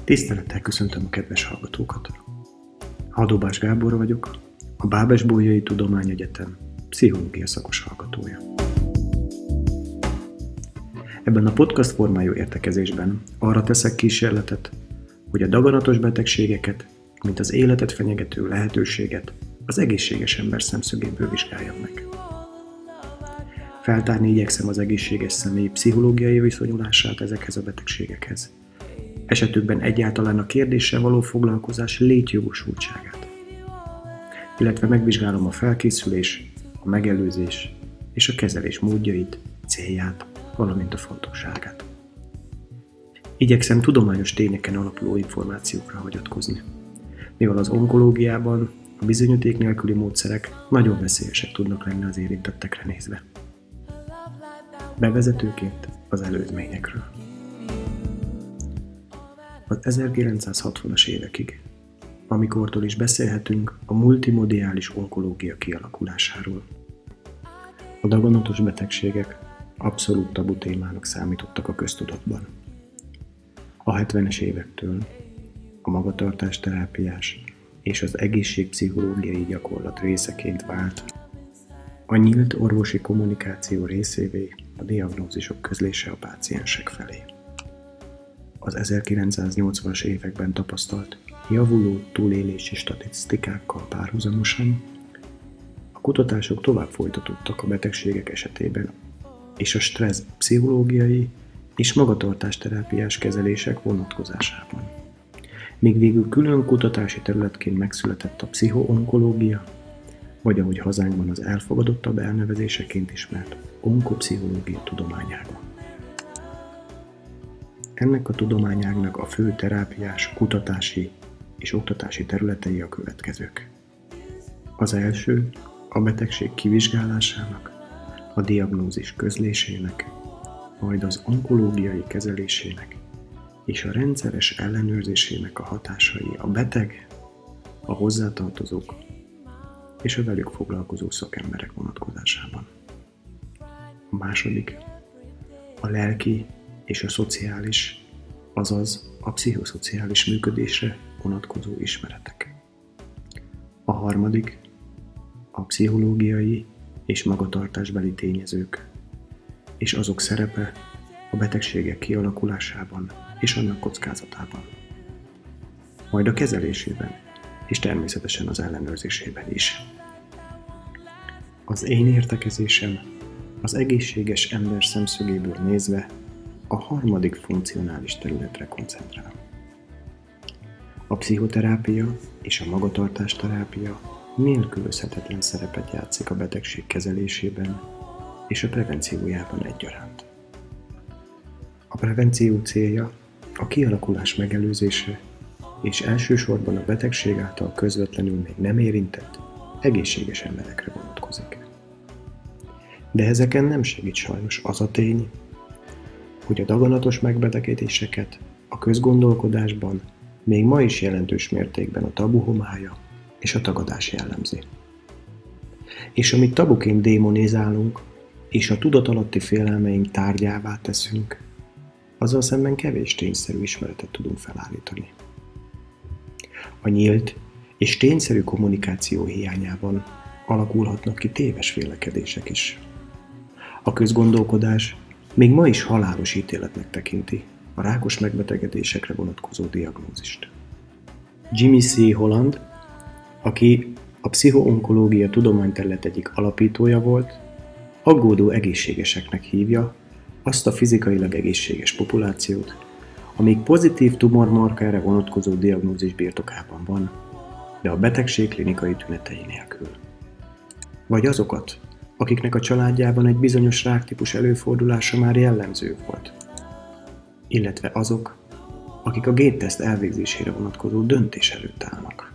Tisztelettel köszöntöm a kedves hallgatókat! Hadóbás Gábor vagyok, a Bábes-Bolyai Tudományegyetem pszichológia szakos hallgatója. Ebben a podcast formájú értekezésben arra teszek kísérletet, hogy a daganatos betegségeket, mint az életet fenyegető lehetőséget az egészséges ember szemszögéből vizsgáljam meg. Feltárni igyekszem az egészséges személy pszichológiai viszonyulását ezekhez a betegségekhez, esetükben egyáltalán a kérdéssel való foglalkozás létjogosultságát, illetve megvizsgálom a felkészülés, a megelőzés és a kezelés módjait, célját, valamint a fontosságát. Igyekszem tudományos tényeken alapuló információkra hagyatkozni, mivel az onkológiában a bizonyíték nélküli módszerek nagyon veszélyesek tudnak lenni az érintettekre nézve. Bevezetőként az előzményekről. Az 1960-as évekig, amikortól is beszélhetünk a multimodiális onkológia kialakulásáról. A daganatos betegségek abszolút tabu témának számítottak a köztudatban. A 70-es évektől a magatartásterápiás és az egészségpszichológiai gyakorlat részeként vált a nyílt orvosi kommunikáció részévé a diagnózisok közlése a páciensek felé. Az 1980-as években tapasztalt javuló túlélési statisztikákkal párhuzamosan a kutatások tovább folytatódtak a betegségek esetében, és a stressz pszichológiai és magatartásterápiás kezelések vonatkozásában. Míg végül külön kutatási területként megszületett a pszichoonkológia, vagy ahogy hazánkban az elfogadottabb elnevezéseként ismert onkopszichológia tudományága. Ennek a tudományágnak a fő terápiás, kutatási és oktatási területei a következők. Az első a betegség kivizsgálásának, a diagnózis közlésének, majd az onkológiai kezelésének és a rendszeres ellenőrzésének a hatásai a beteg, a hozzátartozók és a velük foglalkozó szakemberek vonatkozásában. A második a lelki és a szociális, azaz a pszichoszociális működésre vonatkozó ismeretek. A harmadik a pszichológiai és magatartásbeli tényezők, és azok szerepe a betegségek kialakulásában és annak kockázatában. Majd a kezelésében, és természetesen az ellenőrzésében is. Az én értekezésem az egészséges ember szemszögéből nézve a harmadik funkcionális területre koncentrál. A pszichoterápia és a magatartásterápia nélkülözhetetlen szerepet játszik a betegség kezelésében és a prevenciójában egyaránt. A prevenció célja a kialakulás megelőzése és elsősorban a betegség által közvetlenül még nem érintett, egészséges emberekre vonatkozik. De ezeken nem segít sajnos az a tény, hogy a daganatos megbetegedéseket a közgondolkodásban még ma is jelentős mértékben a tabu homály és a tagadás jellemzi. És amit tabuként démonizálunk, és a tudatalatti félelmeink tárgyává teszünk, azzal szemben kevés tényszerű ismeretet tudunk felállítani. A nyílt és tényszerű kommunikáció hiányában alakulhatnak ki téves vélekedések is. A közgondolkodás még ma is halálos ítéletnek tekinti a rákos megbetegedésekre vonatkozó diagnózist. Jimmy C. Holland, aki a pszichoonkológia tudományterület egyik alapítója volt, aggódó egészségeseknek hívja azt a fizikailag egészséges populációt, amíg pozitív tumormarkerre vonatkozó diagnózis birtokában van, de a betegség klinikai tünetei nélkül. Vagy azokat, akiknek a családjában egy bizonyos ráktípus előfordulása már jellemző volt, illetve azok, akik a génteszt elvégzésére vonatkozó döntés előtt állnak.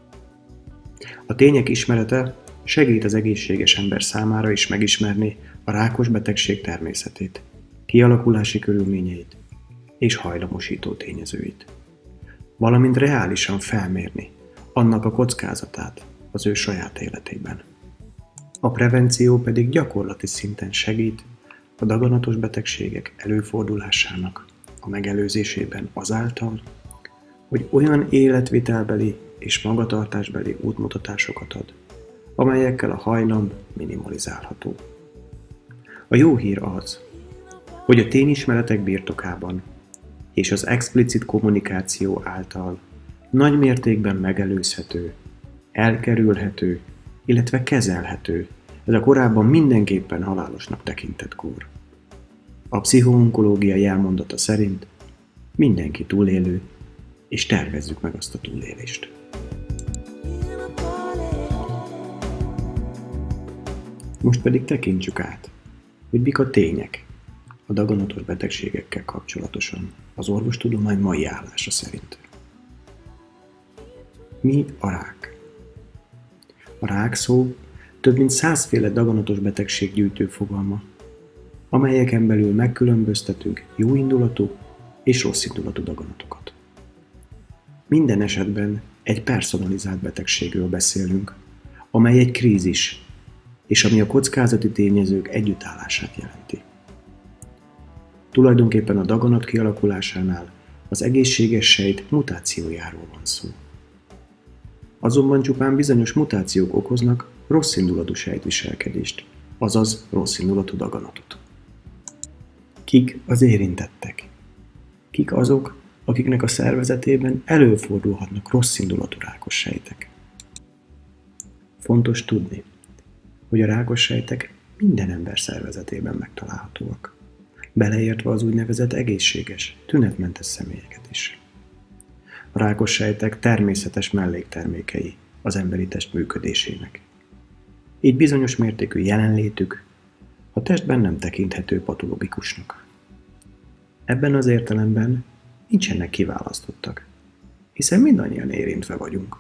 A tények ismerete segít az egészséges ember számára is megismerni a rákos betegség természetét, kialakulási körülményeit és hajlamosító tényezőit, valamint reálisan felmérni annak a kockázatát az ő saját életében. A prevenció pedig gyakorlati szinten segít a daganatos betegségek előfordulásának a megelőzésében azáltal, hogy olyan életvitelbeli és magatartásbeli útmutatásokat ad, amelyekkel a hajlam minimalizálható. A jó hír az, hogy a tényismeretek birtokában és az explicit kommunikáció által nagy mértékben megelőzhető, elkerülhető, illetve kezelhető ez a korábban mindenképpen halálosnak tekintett kór. A pszichoonkológia elmondata szerint mindenki túlélő, és tervezzük meg azt a túlélést. Most pedig tekintsük át, hogy mik a tények a daganatos betegségekkel kapcsolatosan az orvostudomány mai állása szerint. Mi a rák? A rák szó több mint 100 féle daganatos betegség gyűjtő fogalma, amelyeken belül megkülönböztetünk jóindulatú és rosszindulatú daganatokat. Minden esetben egy personalizált betegségről beszélünk, amely egy krízis, és ami a kockázati tényezők együttállását jelenti. Tulajdonképpen a daganat kialakulásánál az egészséges sejt mutációjáról van szó. Azonban csupán bizonyos mutációk okoznak rosszindulatú sejtviselkedést, azaz rosszindulatú daganatot. Kik az érintettek? Kik azok, akiknek a szervezetében előfordulhatnak rosszindulatú rákos sejtek? Fontos tudni, hogy a rákos sejtek minden ember szervezetében megtalálhatóak, beleértve az úgynevezett egészséges, tünetmentes személyeket is. A rákos sejtek természetes melléktermékei az emberi test működésének. Így bizonyos mértékű jelenlétük a testben nem tekinthető patológikusnak. Ebben az értelemben nincsenek kiválasztottak, hiszen mindannyian érintve vagyunk.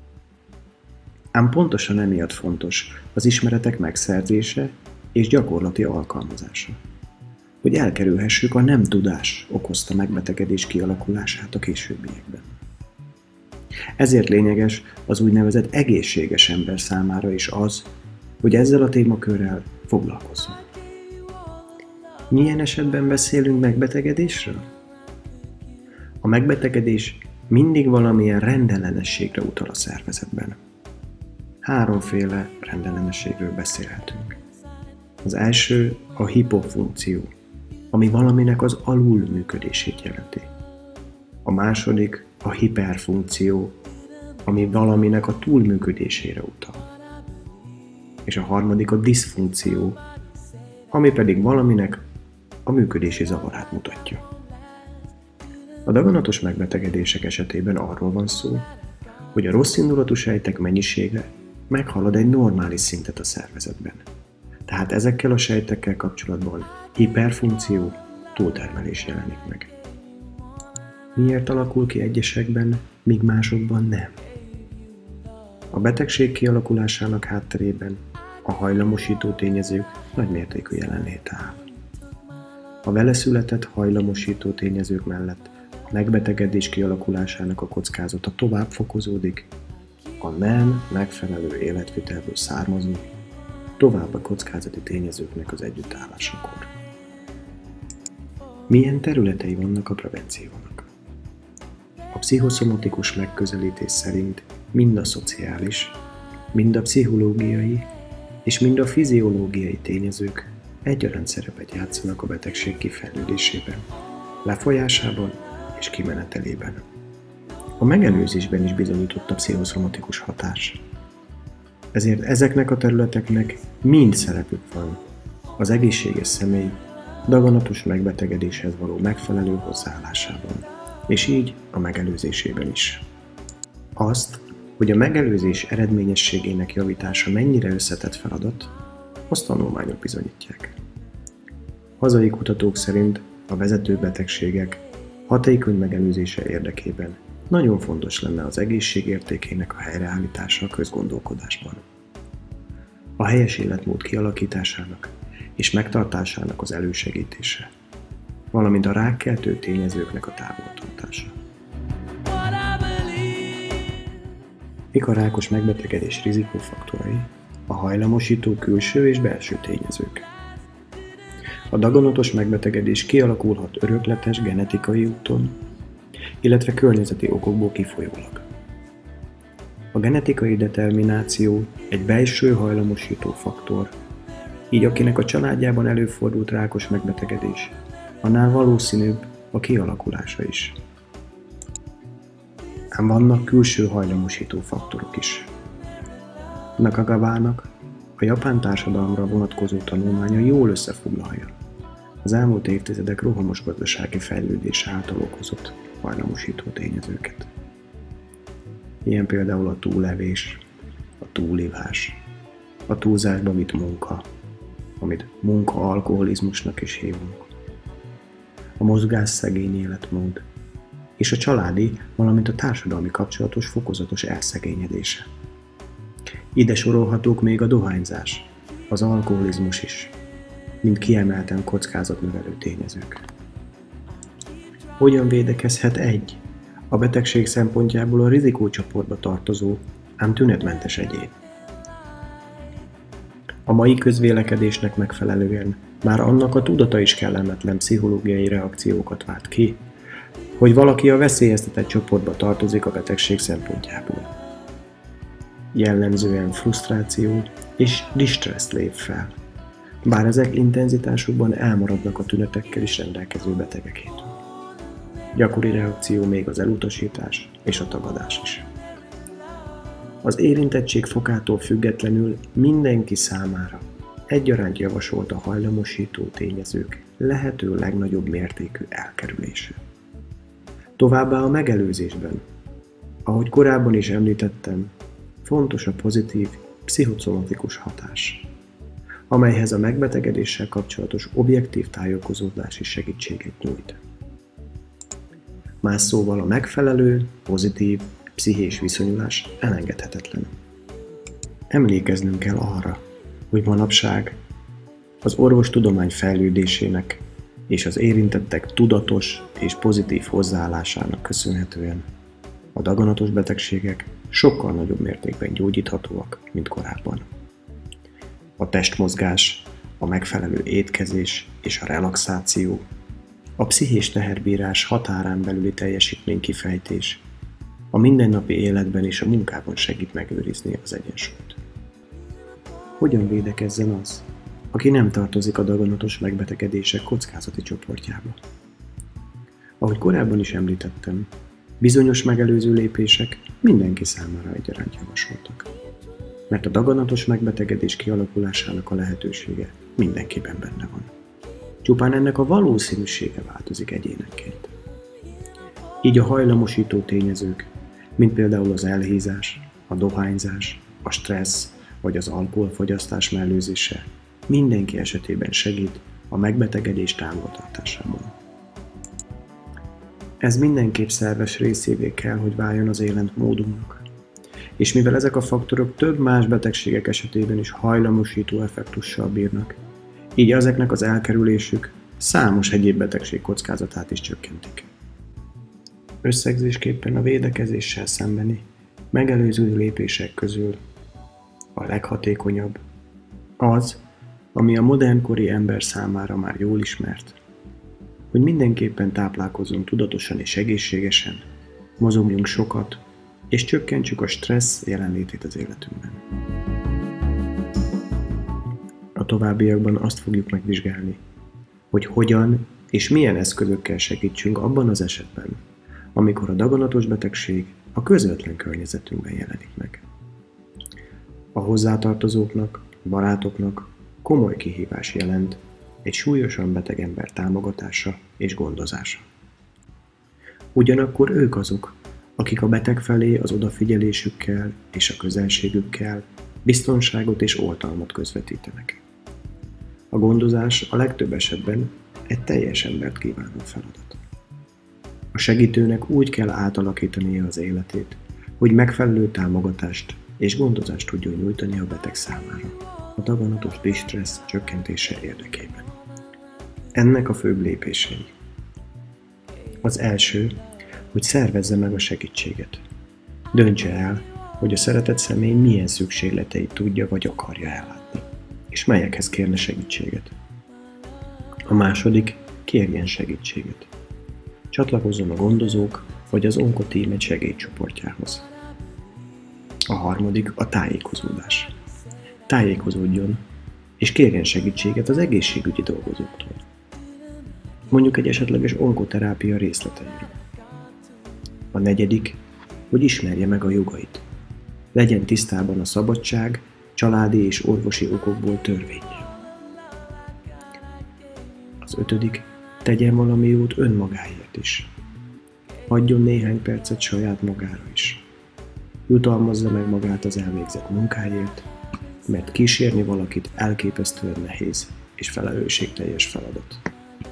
Ám pontosan emiatt fontos az ismeretek megszerzése és gyakorlati alkalmazása, hogy elkerülhessük a nem tudás okozta megbetegedés kialakulását a későbbiekben. Ezért lényeges az úgynevezett egészséges ember számára is az, hogy ezzel a témakörrel foglalkozzon. Milyen esetben beszélünk megbetegedésről? A megbetegedés mindig valamilyen rendellenességre utal a szervezetben. 3 féle rendellenességről beszélhetünk. Az első a hipofunkció, ami valaminek az alulműködését jelenti. A második a hiperfunkció, ami valaminek a túlműködésére utal. És a harmadik a diszfunkció, ami pedig valaminek a működési zavarát mutatja. A daganatos megbetegedések esetében arról van szó, hogy a rosszindulatú sejtek mennyisége meghalad egy normális szintet a szervezetben. Tehát ezekkel a sejtekkel kapcsolatban hiperfunkció, túltermelés jelenik meg. Miért alakul ki egyesekben, míg másokban nem? A betegség kialakulásának hátterében a hajlamosító tényezők nagymértékű jelenléte áll. A vele született hajlamosító tényezők mellett a megbetegedés kialakulásának a kockázata tovább fokozódik, a nem megfelelő életvitelből származó további kockázati tényezőknek az együttállásakor. Milyen területei vannak a prevenciónak? A pszichoszomatikus megközelítés szerint mind a szociális, mind a pszichológiai és mind a fiziológiai tényezők egyaránt szerepet játszanak a betegség kifejlődésében, lefolyásában és kimenetelében. A megelőzésben is bizonyított a pszichoszomatikus hatás. Ezért ezeknek a területeknek mind szerepük van az egészséges személy daganatos megbetegedéshez való megfelelő hozzáállásában, és így a megelőzésében is. Azt, hogy a megelőzés eredményességének javítása mennyire összetett feladat, azt tanulmányok bizonyítják. Hazai kutatók szerint a vezető betegségek hatékony megelőzése érdekében nagyon fontos lenne az egészség értékének a helyreállítása a közgondolkodásban. A helyes életmód kialakításának és megtartásának az elősegítése, valamint a rákkeltő tényezőknek a távoltartása. Mik a rákos megbetegedés rizikófaktorai? A hajlamosító külső és belső tényezők. A daganatos megbetegedés kialakulhat örökletes genetikai úton, illetve környezeti okokból kifolyólag. A genetikai determináció egy belső hajlamosító faktor, így akinek a családjában előfordult rákos megbetegedés, annál valószínűbb a kialakulása is. Ám vannak külső hajlamosító faktorok is. Nakagavának a japán társadalomra vonatkozó tanulmánya jól összefoglalja az elmúlt évtizedek rohamos gazdasági fejlődése által okozott hajlamosító tényezőket. Ilyen például a túlevés, a túlivás, a túlzásba vitt munka, amit munka-alkoholizmusnak is hívunk, a mozgásszegény életmód, és a családi, valamint a társadalmi kapcsolatos fokozatos elszegényedése. Ide sorolhatók még a dohányzás, az alkoholizmus is, mint kiemelten kockázatnövelő tényezők. Hogyan védekezhet a betegség szempontjából a rizikócsoportba tartozó, ám tünetmentes egyén? A mai közvélekedésnek megfelelően már annak a tudata is kellemetlen pszichológiai reakciókat vált ki, hogy valaki a veszélyeztetett csoportba tartozik a betegség szempontjából. Jellemzően frusztráció és distresszt lép fel, bár ezek intenzitásukban elmaradnak a tünetekkel is rendelkező betegekétől. Gyakori reakció még az elutasítás és a tagadás is. Az érintettség fokától függetlenül mindenki számára egyaránt javasolt a hajlamosító tényezők lehető legnagyobb mértékű elkerülése. Továbbá a megelőzésben, ahogy korábban is említettem, fontos a pozitív, pszichoszomatikus hatás, amelyhez a megbetegedéssel kapcsolatos objektív tájékozódás is segítséget nyújt. Más szóval a megfelelő, pozitív, pszichés viszonyulás elengedhetetlen. Emlékeznünk kell arra, hogy manapság az orvostudomány fejlődésének és az érintettek tudatos és pozitív hozzáállásának köszönhetően a daganatos betegségek sokkal nagyobb mértékben gyógyíthatóak, mint korábban. A testmozgás, a megfelelő étkezés és a relaxáció, a pszichés teherbírás határán belüli teljesítménykifejtés, a mindennapi életben és a munkában segít megőrizni az egyensúlyt. Hogyan védekezzen az, aki nem tartozik a daganatos megbetegedések kockázati csoportjába? Ahogy korábban is említettem, bizonyos megelőző lépések mindenki számára egyaránt javasoltak, mert a daganatos megbetegedés kialakulásának a lehetősége mindenkiben benne van. Csupán ennek a valószínűsége változik egyénenként. Így a hajlamosító tényezők, mint például az elhízás, a dohányzás, a stressz vagy az alkoholfogyasztás mellőzése mindenki esetében segít a megbetegedés támogatásában. Ez mindenképp szerves részévé kell, hogy váljon az életmódunknak. És mivel ezek a faktorok több más betegségek esetében is hajlamosító effektussal bírnak, így ezeknek az elkerülésük számos egyéb betegség kockázatát is csökkentik. Összegzésképpen a védekezéssel szembeni megelőző lépések közül a leghatékonyabb az, ami a modernkori ember számára már jól ismert, hogy mindenképpen táplálkozzunk tudatosan és egészségesen, mozogjunk sokat, és csökkentsük a stressz jelenlétét az életünkben. A továbbiakban azt fogjuk megvizsgálni, hogy hogyan és milyen eszközökkel segítsünk abban az esetben, amikor a daganatos betegség a közvetlen környezetünkben jelenik meg. A hozzátartozóknak, barátoknak komoly kihívás jelent egy súlyosan beteg ember támogatása és gondozása. Ugyanakkor ők azok, akik a beteg felé az odafigyelésükkel és a közelségükkel biztonságot és oltalmat közvetítenek. A gondozás a legtöbb esetben egy teljes embert kívánó feladat. A segítőnek úgy kell átalakítania az életét, hogy megfelelő támogatást és gondozást tudjon nyújtani a beteg számára a daganatos distressz csökkentése érdekében. Ennek a főbb lépései. Az első, hogy szervezze meg a segítséget. Döntse el, hogy a szeretett személy milyen szükségleteit tudja vagy akarja ellátni, és melyekhez kérne segítséget. A második, kérjen segítséget. Csatlakozzon a gondozók vagy az Onkotím egy segédcsoportjához. A harmadik a tájékozódás. Tájékozódjon, és kérjen segítséget az egészségügyi dolgozóktól. Mondjuk egy esetleges onkoterápia részleteiről. A negyedik, hogy ismerje meg a jogait. Legyen tisztában a szabadság, családi és orvosi okokból törvénnyel. Az ötödik, tegyen valami jót önmagáért is. Adjon néhány percet saját magára is. Jutalmazza meg magát az elvégzett munkáért, mert kísérni valakit elképesztően nehéz és felelősségteljes feladat.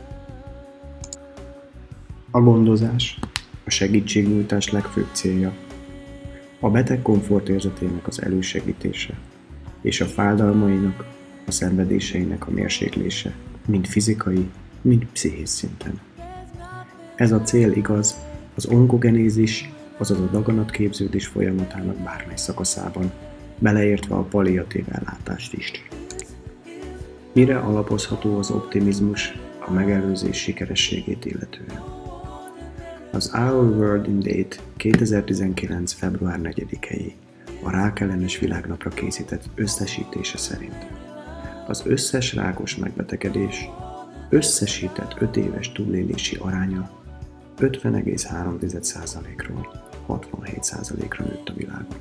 A gondozás, a segítségnyújtás legfőbb célja a beteg komfortérzetének az elősegítése és a fájdalmainak, a szenvedéseinek a mérséklése, mind fizikai, mind pszichés szinten. Ez a cél igaz az onkogenézis, azaz a daganatképződés folyamatának bármely szakaszában, beleértve a palliatív ellátást is. Mire alapozható az optimizmus a megelőzés sikerességét illetően? Az Our World in Date 2019. február 4-i a rákellenes világnapra készített összesítése szerint az összes rákos megbetegedés összesített 5 éves túlélési aránya 50,3%-ról 67%-ra nőtt a világon.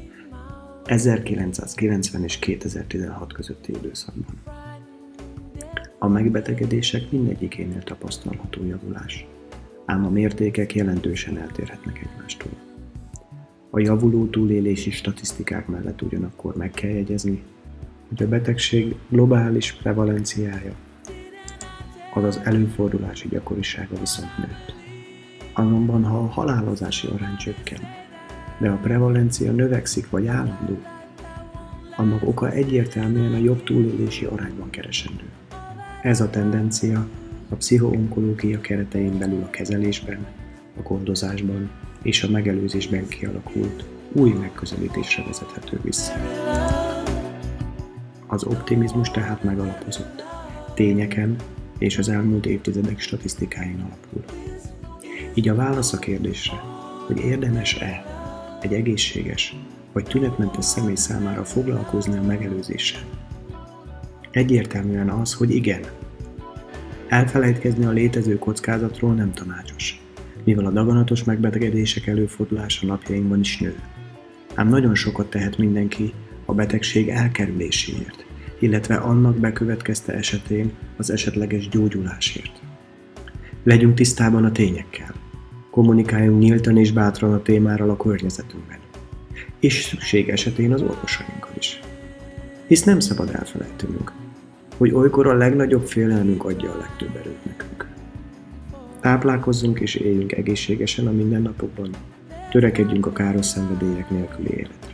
1990 és 2016 közötti időszakban. A megbetegedések mindegyikénél tapasztalható javulás, ám a mértékek jelentősen eltérhetnek egymástól. A javuló túlélési statisztikák mellett ugyanakkor meg kell jegyezni, hogy a betegség globális prevalenciája, azaz előfordulási gyakorisága viszont nőtt. Azonban, ha a halálozási arány csökken, de a prevalencia növekszik vagy állandó, annak oka egyértelműen a jobb túlélési arányban keresendő. Ez a tendencia a pszichoonkológia keretein belül a kezelésben, a gondozásban és a megelőzésben kialakult új megközelítésre vezethető vissza. Az optimizmus tehát megalapozott, tényeken és az elmúlt évtizedek statisztikáin alapul. Így a válasz a kérdésre, hogy érdemes-e egy egészséges vagy tünetmentes személy számára foglalkozni a megelőzéssel, egyértelműen az, hogy igen. Elfelejtkezni a létező kockázatról nem tanácsos, mivel a daganatos megbetegedések előfordulása napjainkban is nő. Ám nagyon sokat tehet mindenki a betegség elkerüléséért, illetve annak bekövetkezte esetén az esetleges gyógyulásért. Legyünk tisztában a tényekkel, kommunikáljunk nyíltan és bátran a témáról a környezetünkben, és szükség esetén az orvosainkkal is. Hisz nem szabad elfelejtenünk, hogy olykor a legnagyobb félelmünk adja a legtöbb erőt nekünk. Táplálkozzunk és éljünk egészségesen a mindennapokban, törekedjünk a káros szenvedélyek nélküli életre.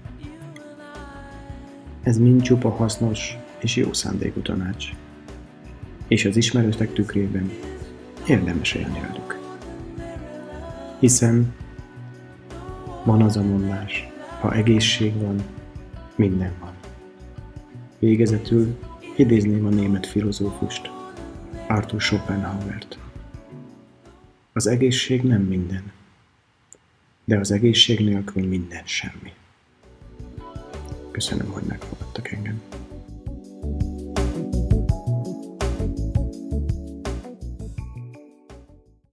Ez mind csupa hasznos és jó szándékú tanács, és az ismerőstek tükrében érdemes élni velük. Hiszen van az a mondás, ha egészség van, minden van. Végezetül idézném a német filozófust, Arthur Schopenhauert. Az egészség nem minden, de az egészség nélkül minden semmi. Köszönöm, hogy meghallgattak engem.